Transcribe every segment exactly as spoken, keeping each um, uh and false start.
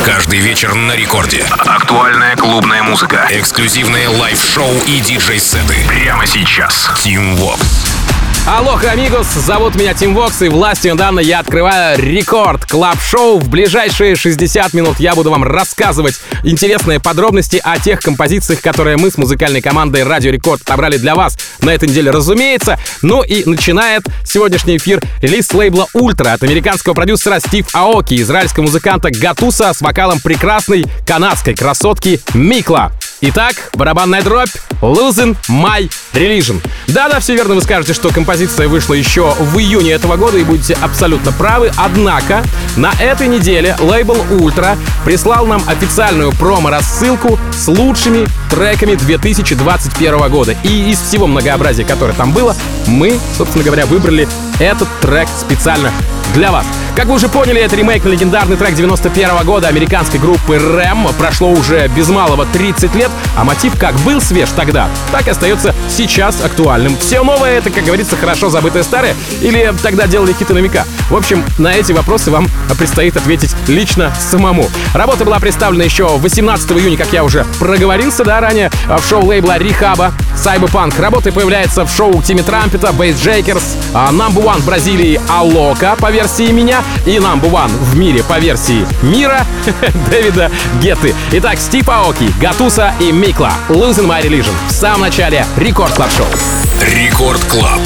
Каждый вечер на рекорде. Актуальная клубная музыка. Эксклюзивные лайв-шоу и диджей-сеты. Прямо сейчас. Team Vox. Алоха, амигос, зовут меня Тим Вокс, и властью данной я открываю рекорд клаб-шоу. В ближайшие шестьдесят минут я буду вам рассказывать интересные подробности о тех композициях, которые мы с музыкальной командой Радио Рекорд отобрали для вас на этой неделе, разумеется. Ну и начинает сегодняшний эфир релиз лейбла Ультра от американского продюсера Стив Аоки, израильского музыканта Гатуса с вокалом прекрасной канадской красотки Микла. Итак, барабанная дробь, Losing My Religion. Да-да, все верно, вы скажете, что композиция вышла еще в июне этого года, и будете абсолютно правы. Однако, на этой неделе лейбл Ультра прислал нам официальную промо-рассылку с лучшими треками две тысячи двадцать первого года. И из всего многообразия, которое там было, мы, собственно говоря, выбрали этот трек специально для вас. Как вы уже поняли, это ремейк на легендарный трек девяносто первого года американской группы рэм. Прошло уже без малого тридцать лет, а мотив как был свеж тогда, так и остается сейчас актуальным. Все новое — это, как говорится, хорошо забытое старое, или тогда делали хиты на века. В общем, на эти вопросы вам предстоит ответить лично самому. Работа была представлена еще восемнадцатого июня, как я уже проговорился, да, ранее, в шоу лейбла Рихаба Cyberpunk. Работа появляется в шоу Тимми Трампета, Bass Jackers, Number One в Бразилии Алока по версии меня и Number One в мире по версии мира Дэвида Гетты. Итак, Стив Аоки, Гатуса и Микла, Losing My Religion в самом начале Рекорд Клаб Шоу. Рекорд Клаб.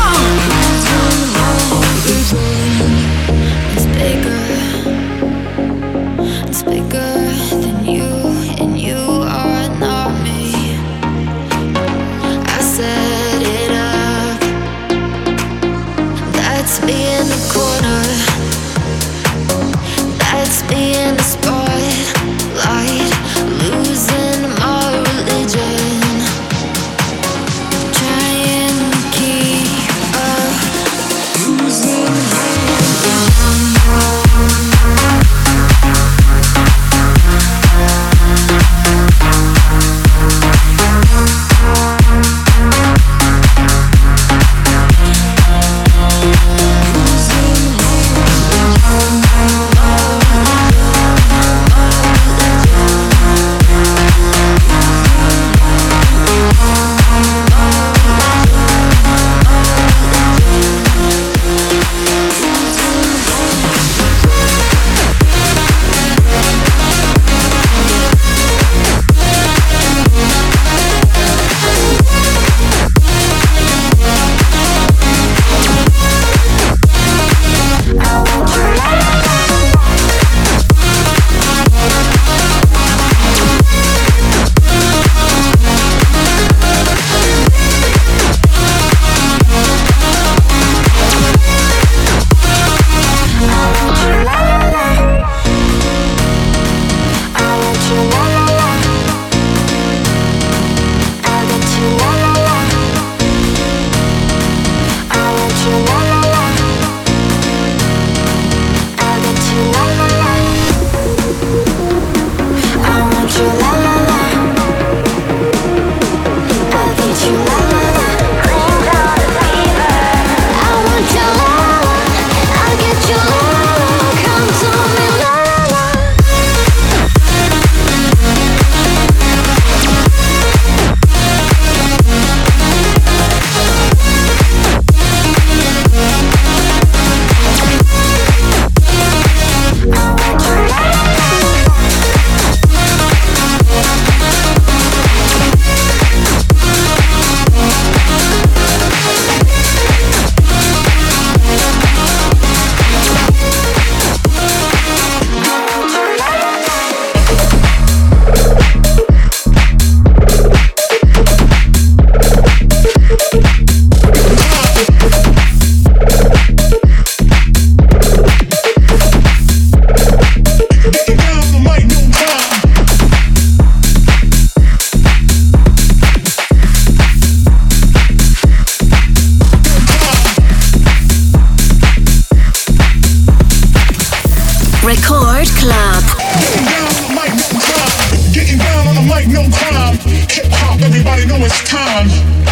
Everybody know it's time.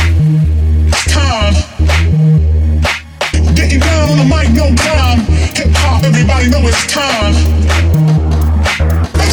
It's time. Getting down on the mic, no time. Hip hop, everybody know it's time.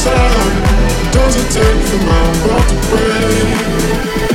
time does it take for my world to break?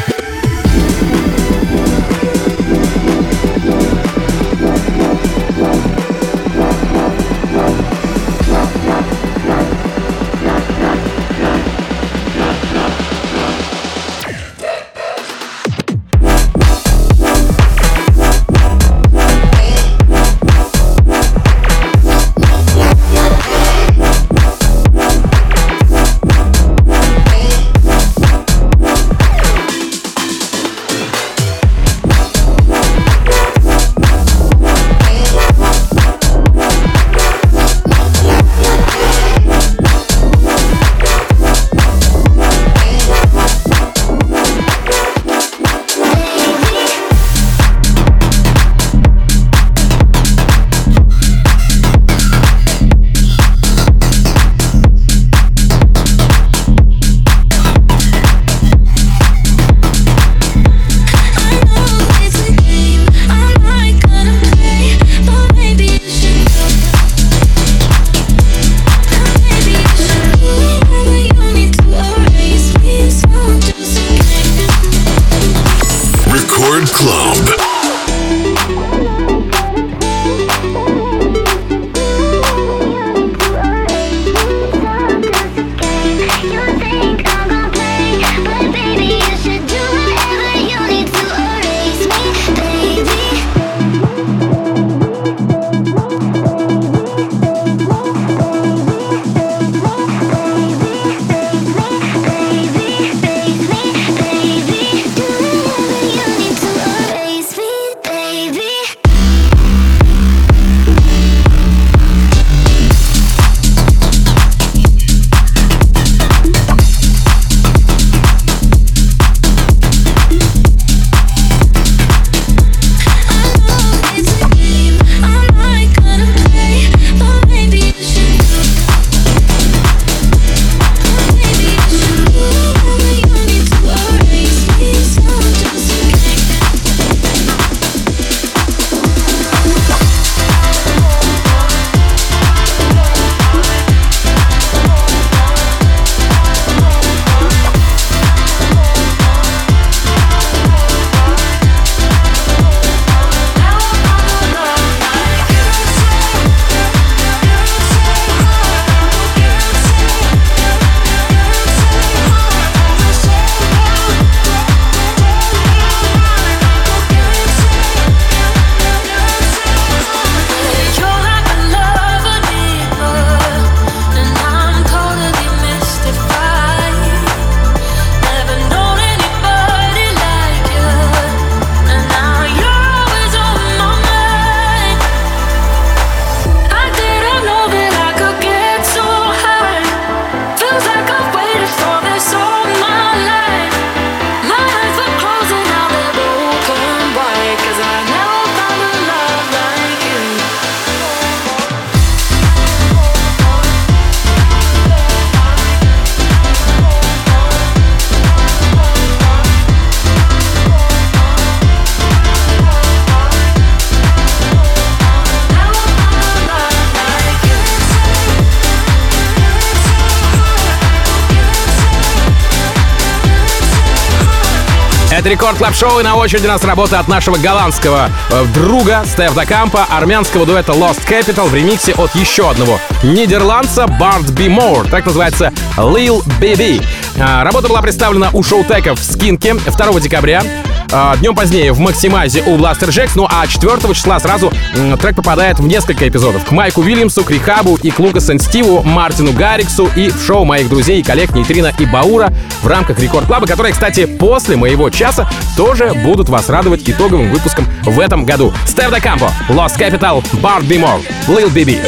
Это Рекорд Клаб Шоу, и на очереди у нас работа от нашего голландского э, друга Стеф да Кампа, армянского дуэта Lost Capital в ремиксе от еще одного нидерландца Bart B. Moore. Так называется Lil Baby. Э, работа была представлена у шоу-теков в Скинке второго декабря. Э, днем позднее в Максимайзе у Blaster Jacks. Ну а четвёртого числа сразу э, трек попадает в несколько эпизодов. К Майку Уильямсу, к Рихабу и к Лукасу энд Стиву, Мартину Гарриксу и в шоу моих друзей и коллег Нейтрино и Баура в рамках Рекорд Клаба, которые, кстати, после моего часа тоже будут вас радовать итоговым выпуском в этом году. Стеф да Кампо, Lost Capital, Bart B. Moore, Lil Baby.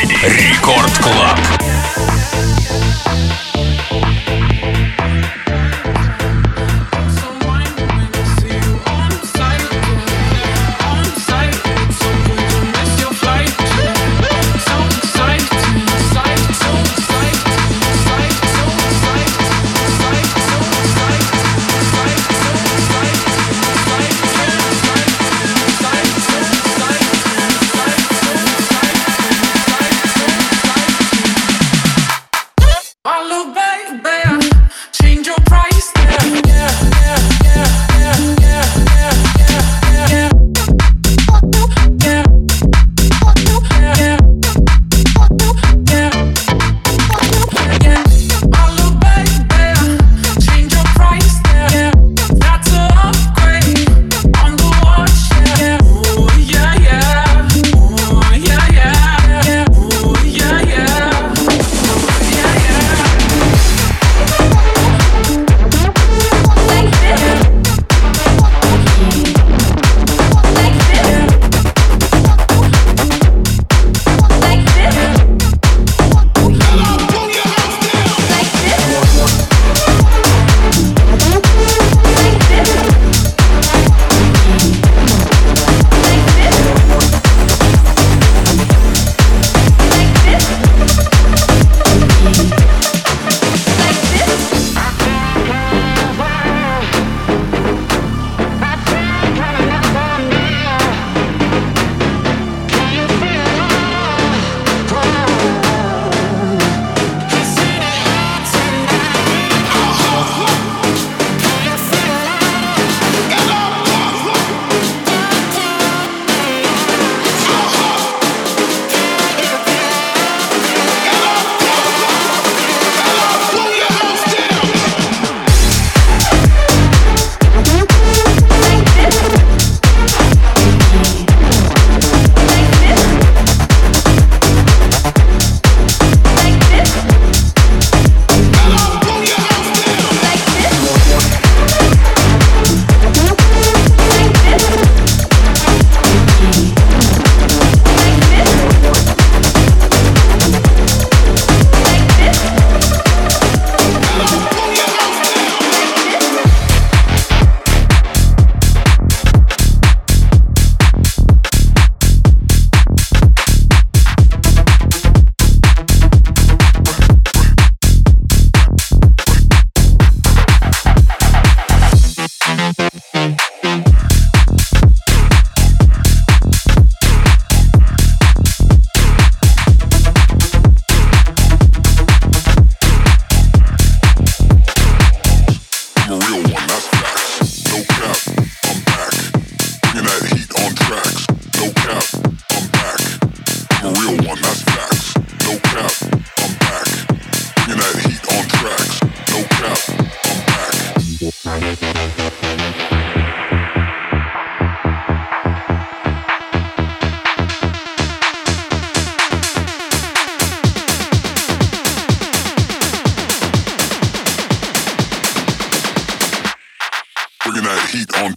Рекорд Клаб. heat on.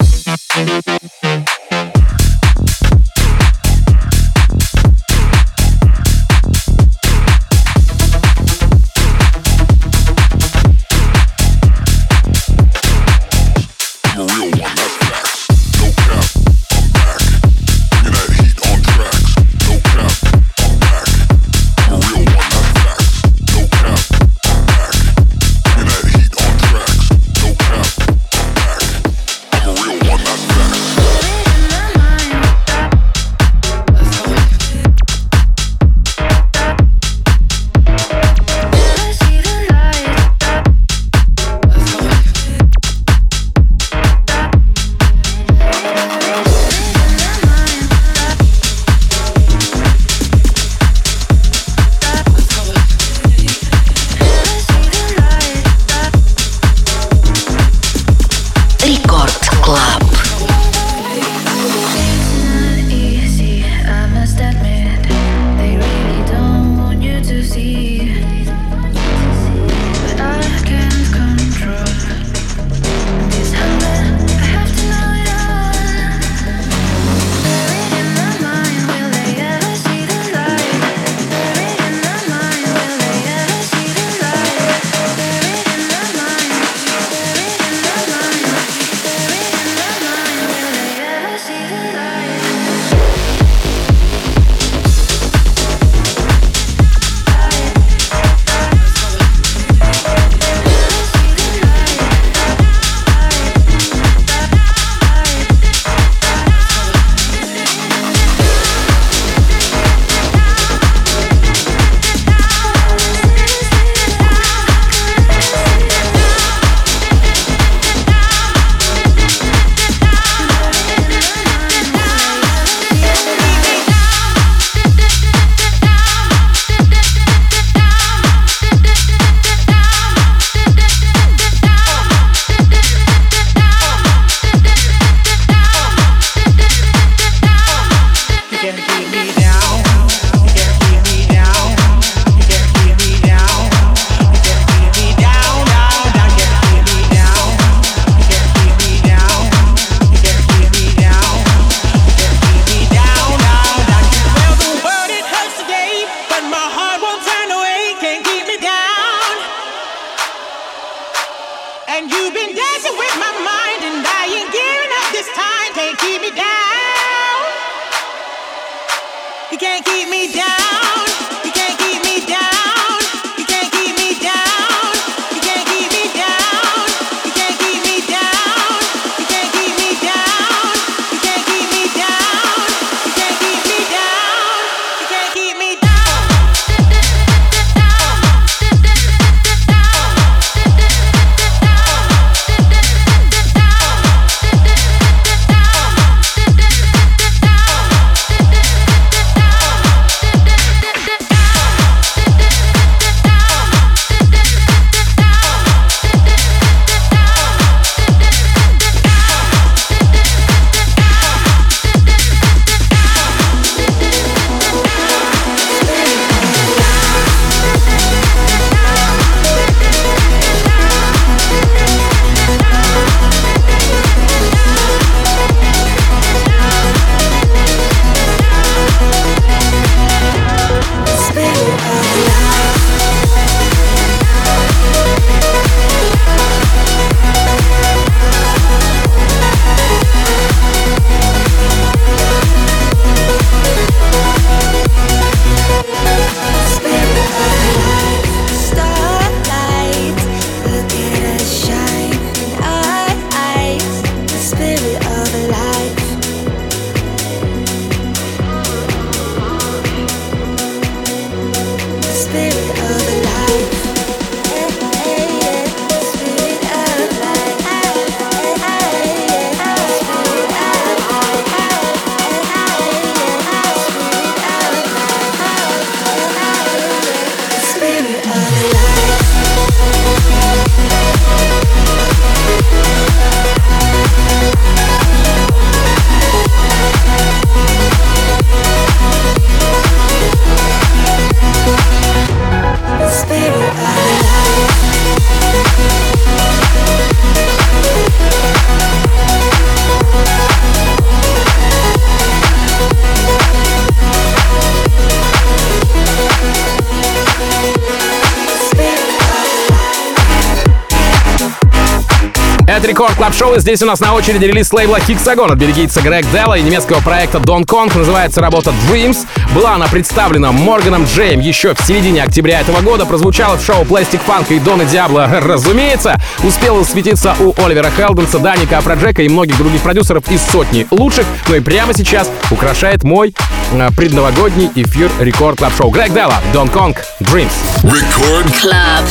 Это Рекорд Клаб Шоу, и здесь у нас на очереди релиз лейбла Hexagon от бельгийца Грег Делла и немецкого проекта Don Kong. Называется работа Dreams. Была она представлена Морганом Джеем еще в середине октября этого года. Прозвучала в шоу Plastic Funk и Дона Диабло, разумеется. Успела светиться у Оливера Хелденса, Даника Афроджека и многих других продюсеров из сотни лучших. Ну и прямо сейчас украшает мой э, предновогодний эфир Рекорд Клаб Шоу. Грег Делла, Don Kong, Dreams. Record Club.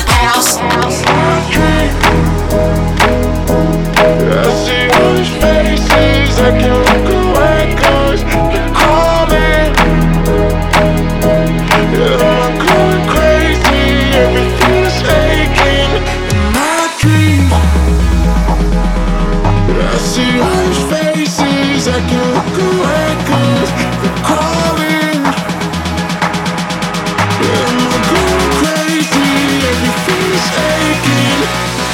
I see all these faces, I can't look away 'cause they're calling. Yeah, I'm going crazy, everything is aching in my dreams. I see all these faces, I can't look away 'cause they're calling. Yeah, I'm going crazy, everything is aching.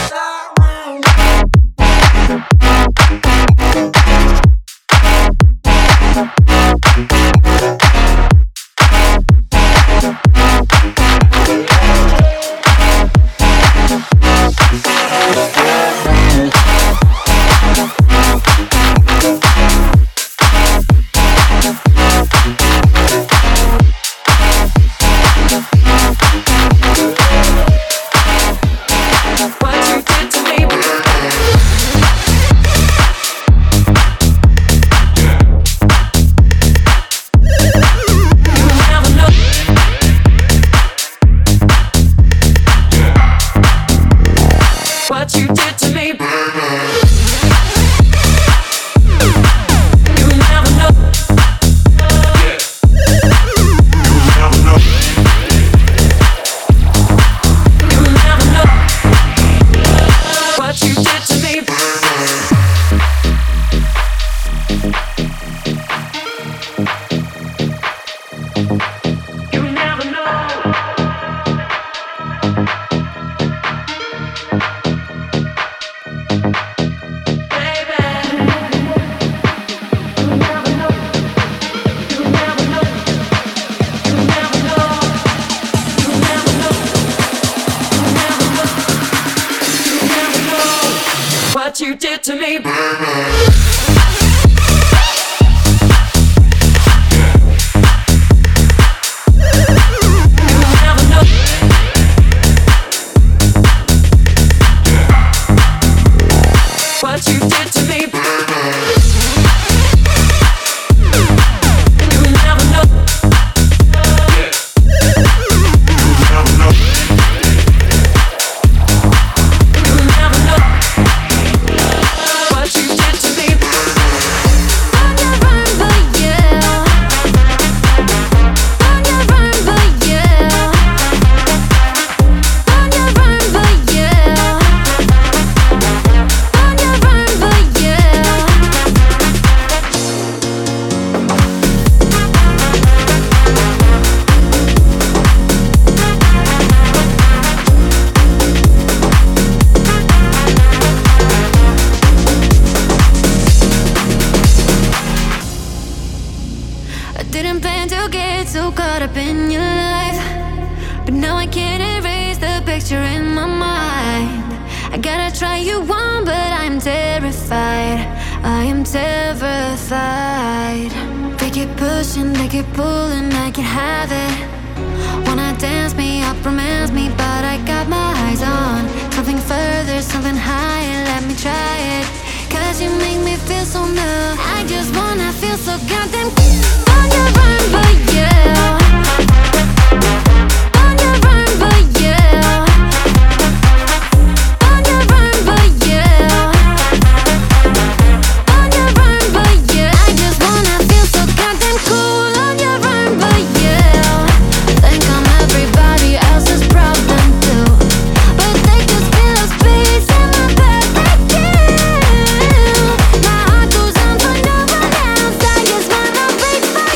You did to me. Bye.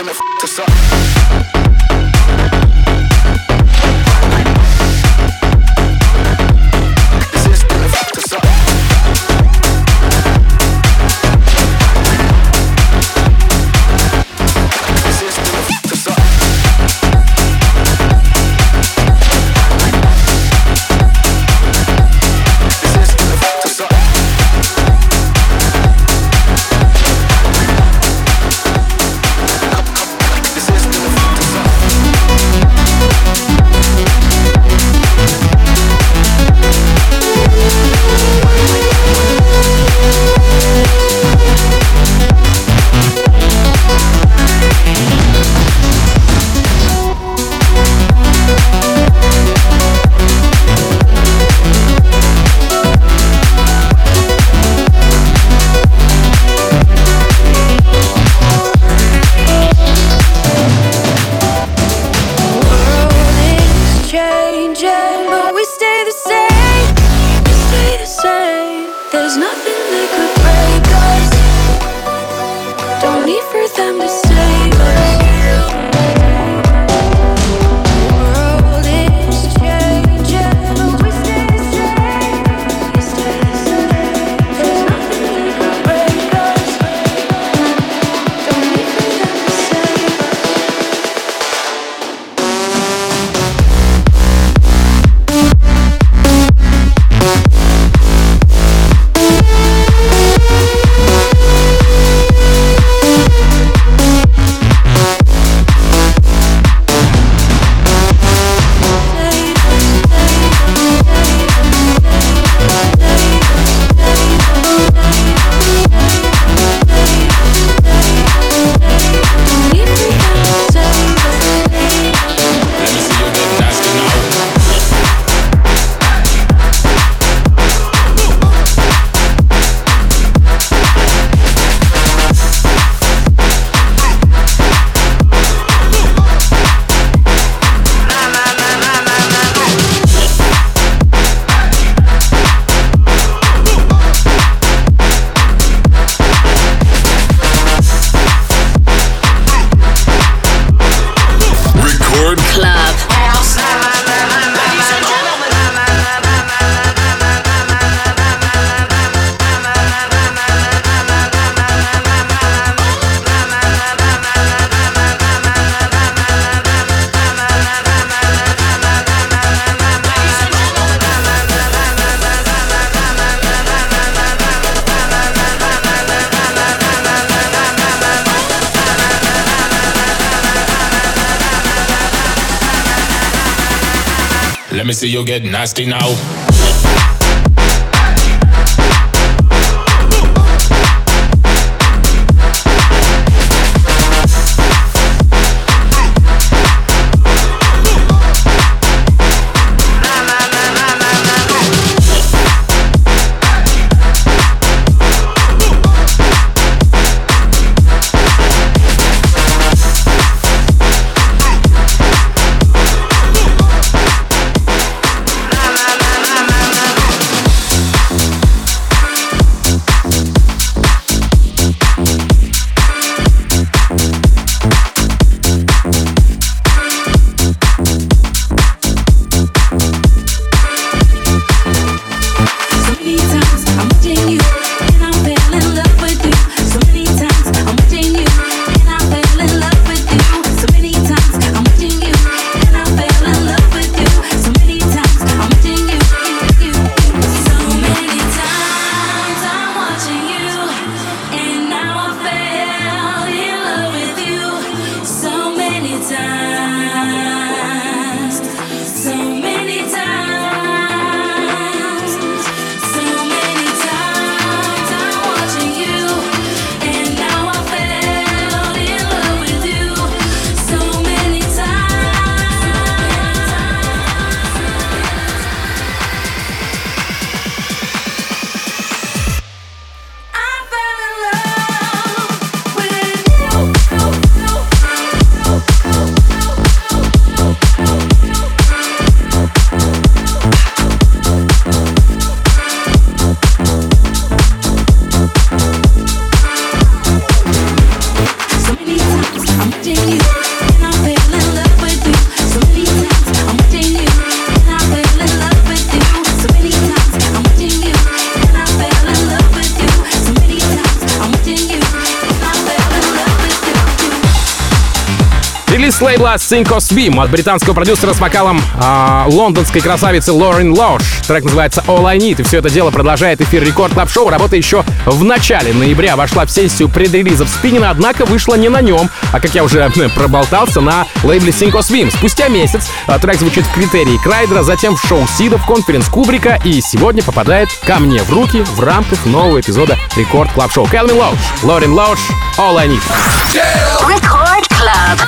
gonna f us up. Let me see you get nasty now. Релиз с лейбла Sync Swim от британского продюсера с вокалом э, лондонской красавицы Лорен Лош. Трек называется All I Need, и все это дело продолжает эфир Рекорд Клаб Шоу. Работа еще в начале ноября вошла в сессию предрелизов Спиннина, однако вышла не на нем, а, как я уже проболтался, на лейбле Sync Swim. Спустя месяц трек звучит в Критерии Крайдера, затем в шоу Сидов, конференц Кубрика, и сегодня попадает ко мне в руки в рамках нового эпизода Рекорд Клаб Шоу. Кэлвин Лоуч, Лорен Лоуч, All I Need. Record Club.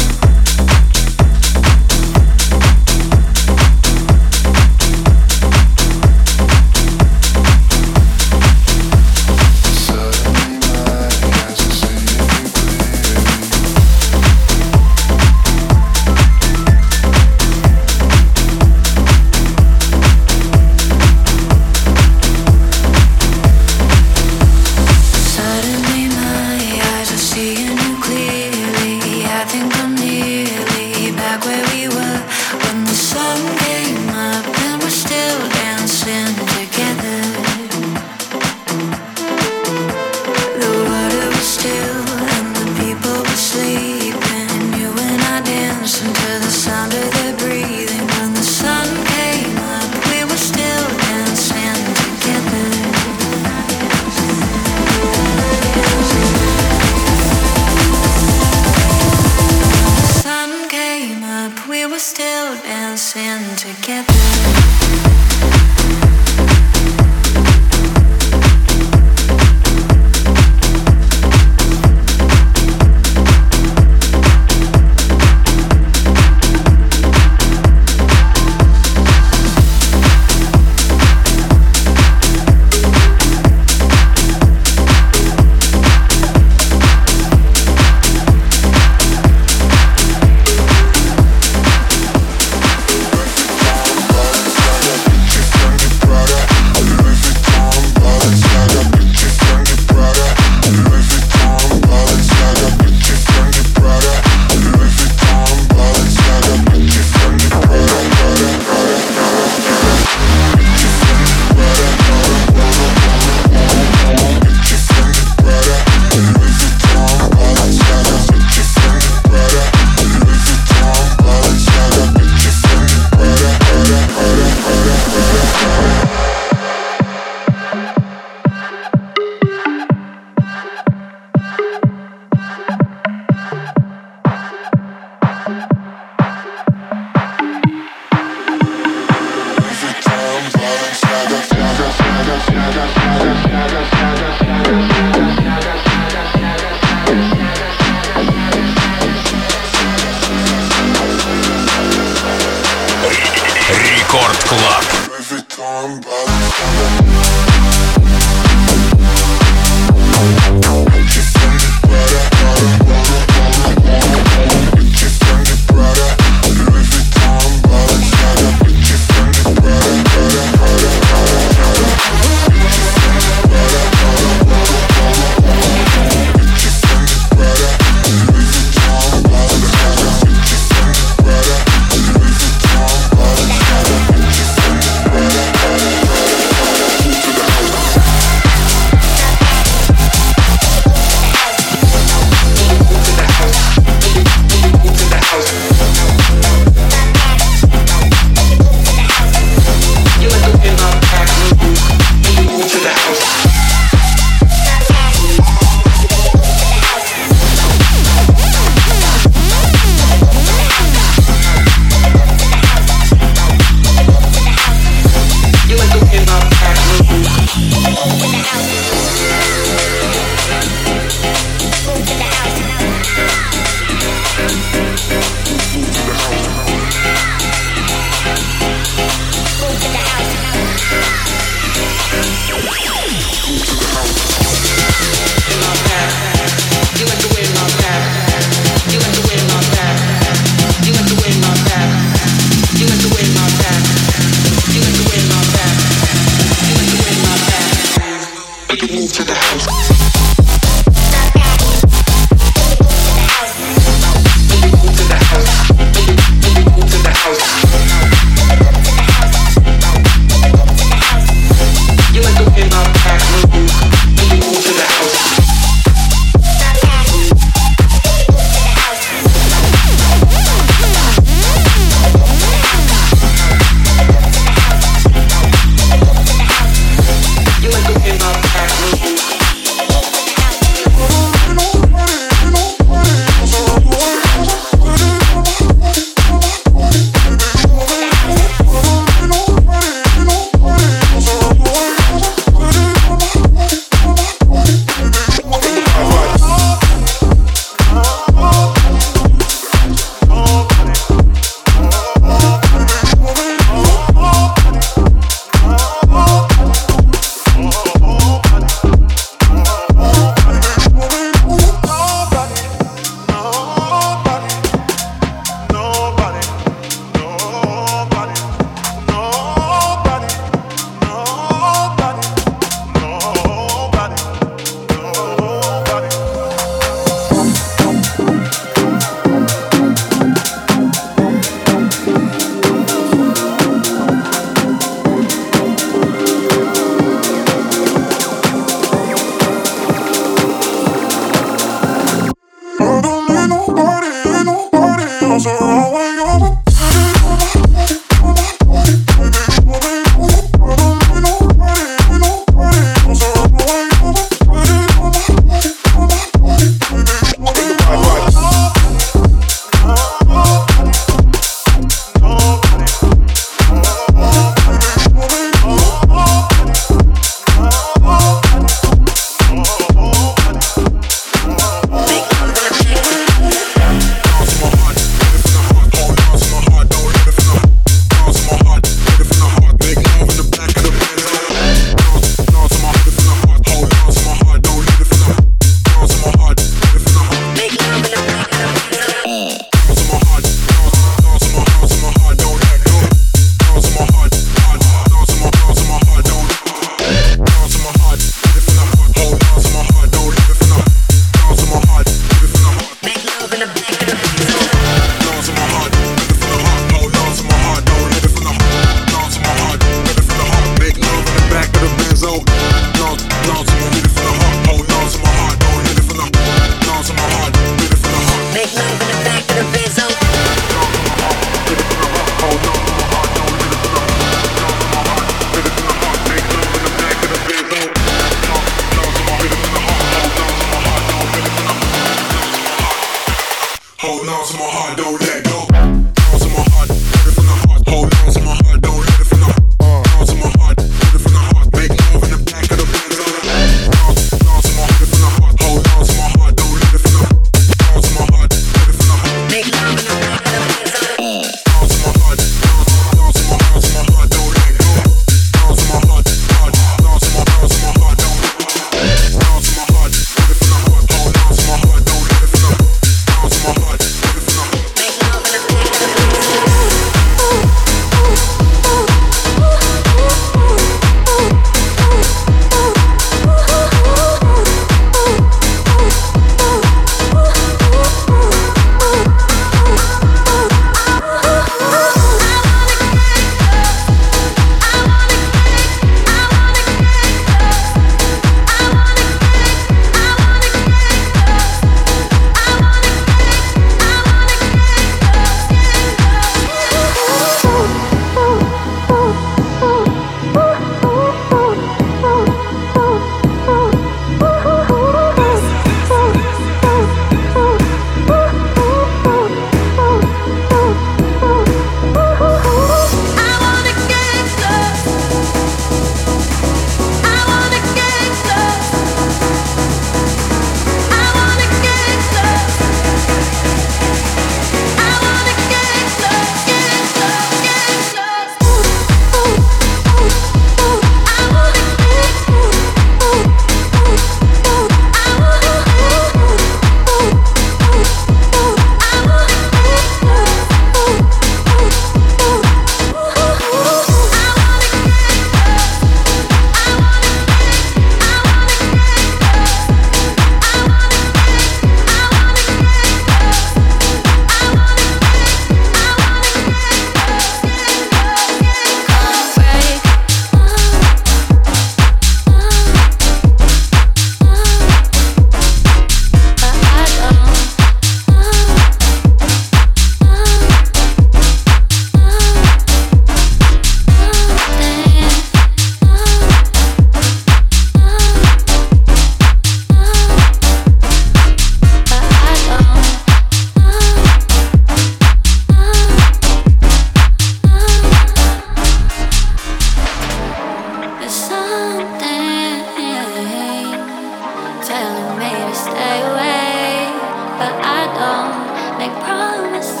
stay away, but I don't make promises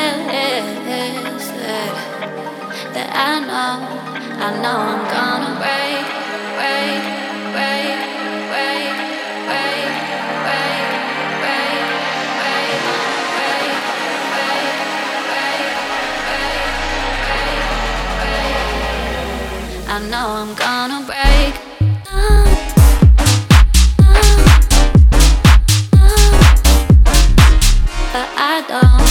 that I know, I know I'm gonna break, break, break, break, break, break, break, break, break, break, break, break, break. I know I'm gonna break. But I don't.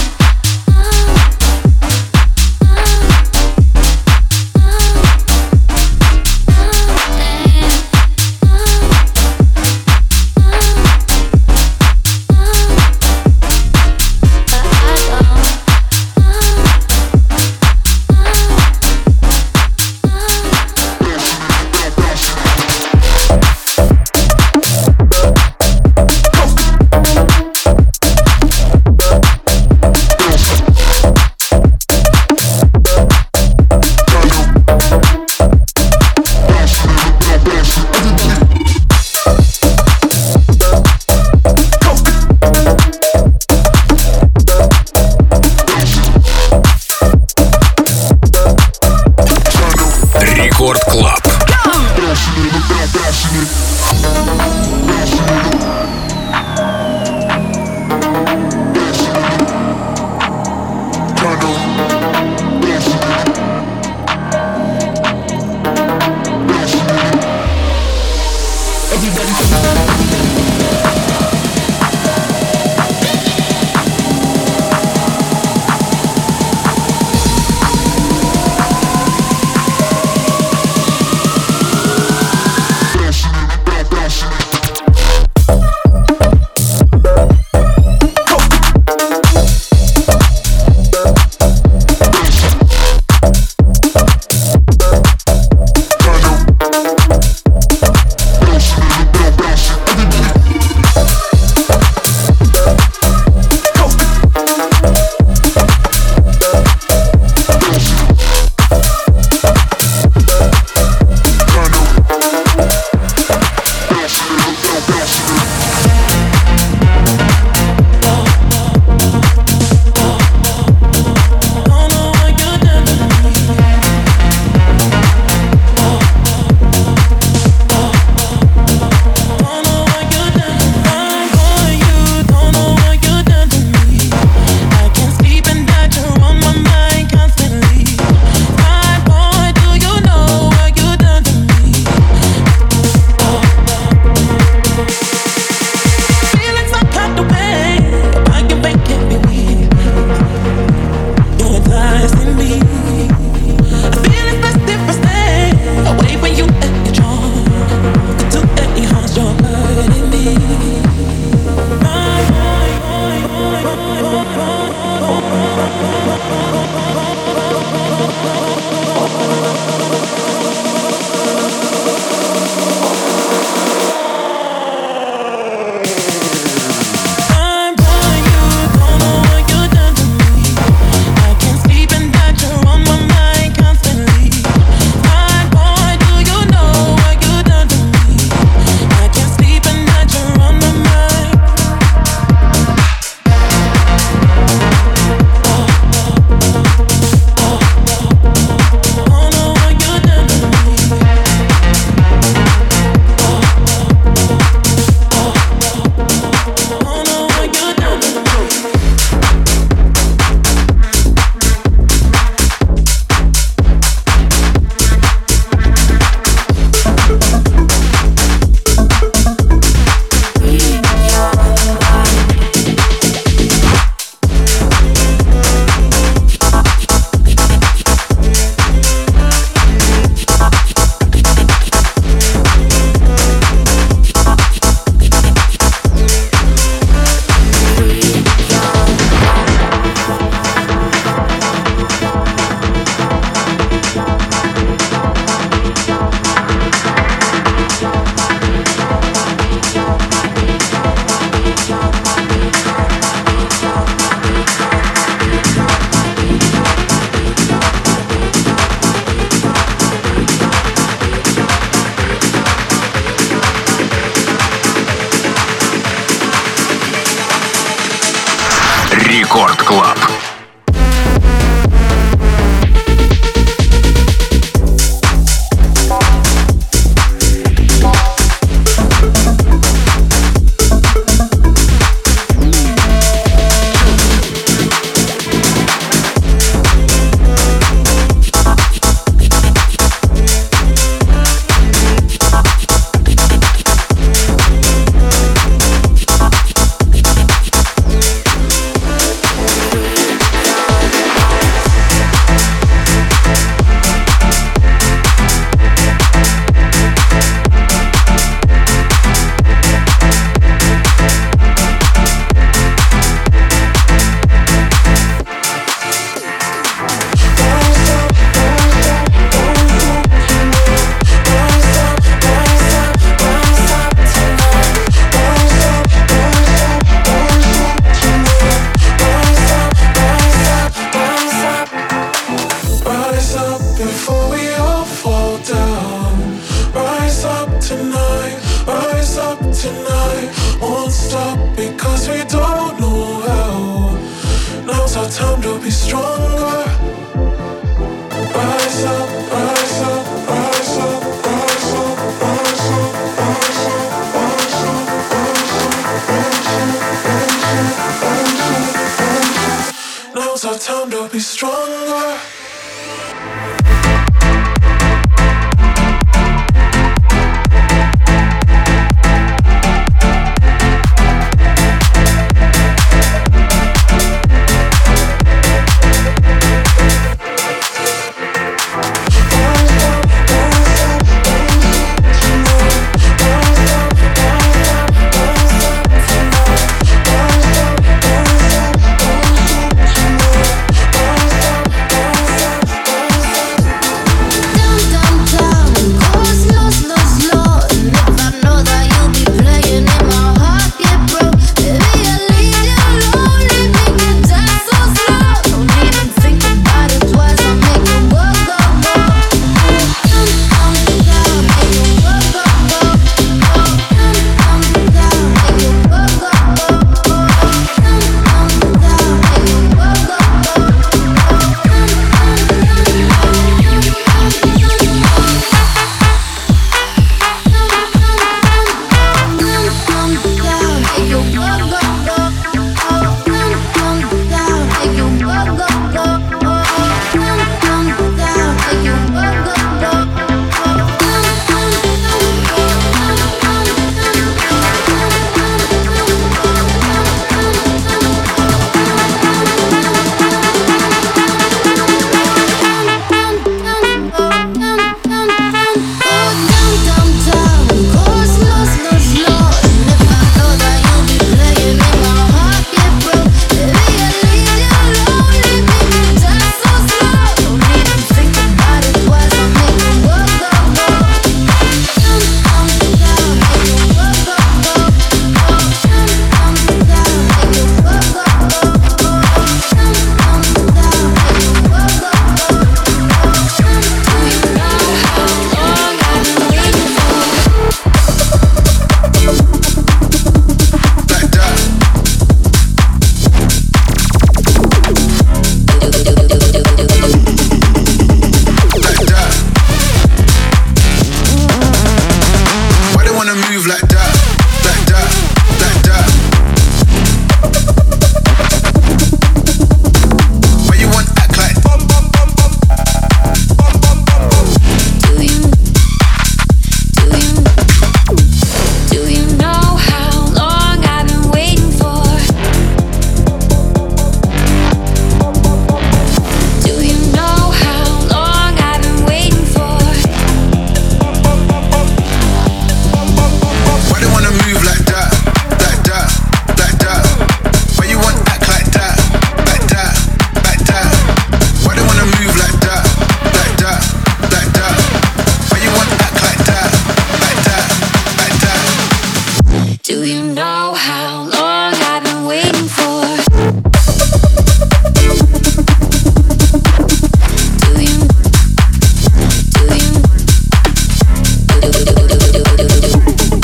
Рекорд Клаб.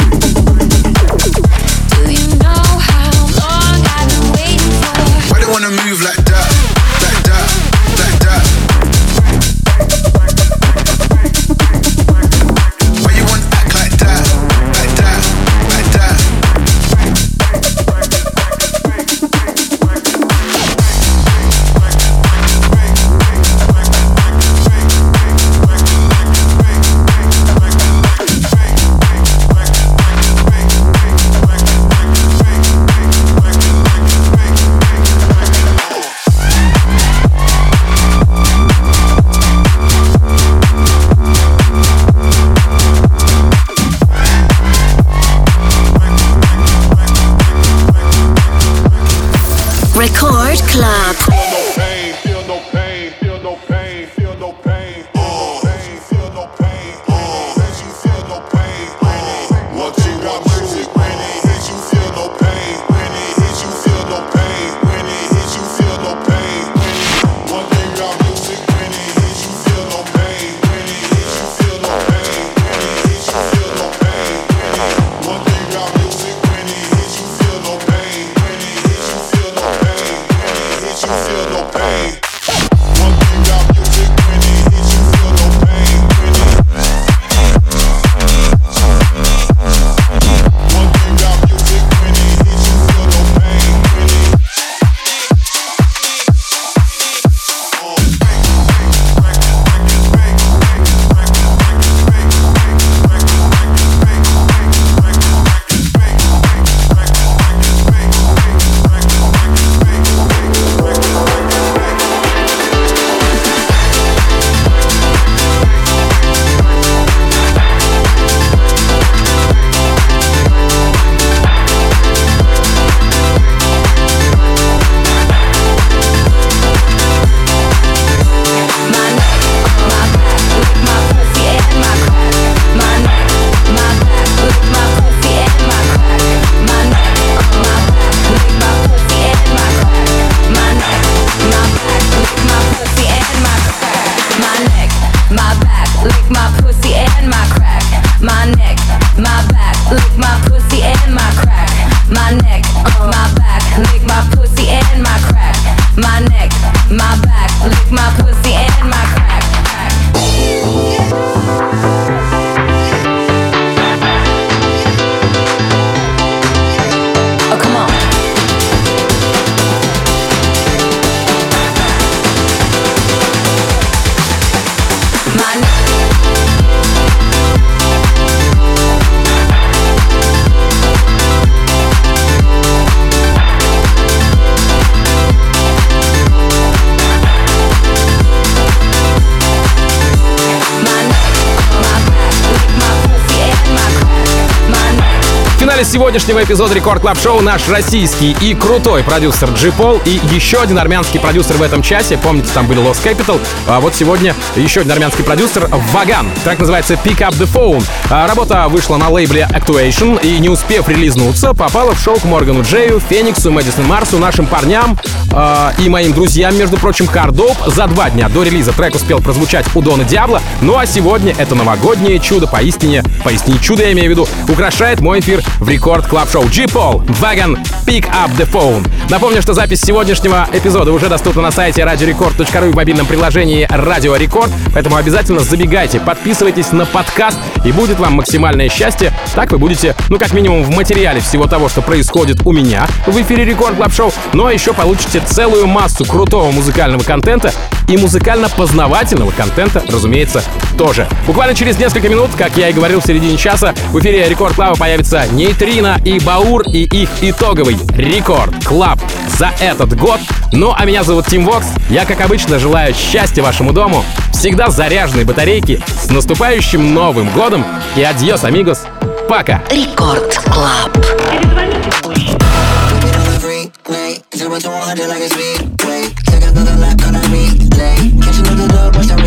wanna Club. Сегодняшнего эпизода Рекорд Клаб Шоу наш российский и крутой продюсер Джи Пол и еще один армянский продюсер в этом часе. Помните, там были Lost Capital, а вот сегодня еще один армянский продюсер Ваган. Трек называется Pick Up The Phone. А работа вышла на лейбле Actuation и, не успев релизнуться, попала в шоу к Моргану Джею, Фениксу, Мэдисон Марсу, нашим парням э, и моим друзьям, между прочим, Кардоп. За два дня до релиза трек успел прозвучать у Дона Диабло. Ну а сегодня это новогоднее чудо, поистине, поистине чудо, я имею в виду, украшает мой эфир в Рекорд Клаб Шоу. Джи Пол, Ваган, Pick Up The Phone. Напомню, что запись сегодняшнего эпизода уже доступна на сайте радио рекорд точка ру и в мобильном приложении Радио Рекорд, поэтому обязательно забегайте, подписывайтесь на подкаст, и будет вам максимальное счастье. Так вы будете, ну, как минимум, в материале всего того, что происходит у меня в эфире Рекорд Клаб Шоу, но еще получите целую массу крутого музыкального контента и музыкально-познавательного контента, разумеется, тоже. Буквально через несколько минут, как я и говорил в середине часа, в эфире Рекорд Клаба появится Нейтрино и Баур и их итоговый Рекорд Клаб за этот год. Ну, а меня зовут Тим Вокс. Я, как обычно, желаю счастья вашему дому, всегда заряженной батарейки, с наступающим Новым годом и адьос, амигос. Пока! Рекорд Клаб. Zero to one hundred like a speedway. Take another lap, gonna relay. Catch another dub, watch the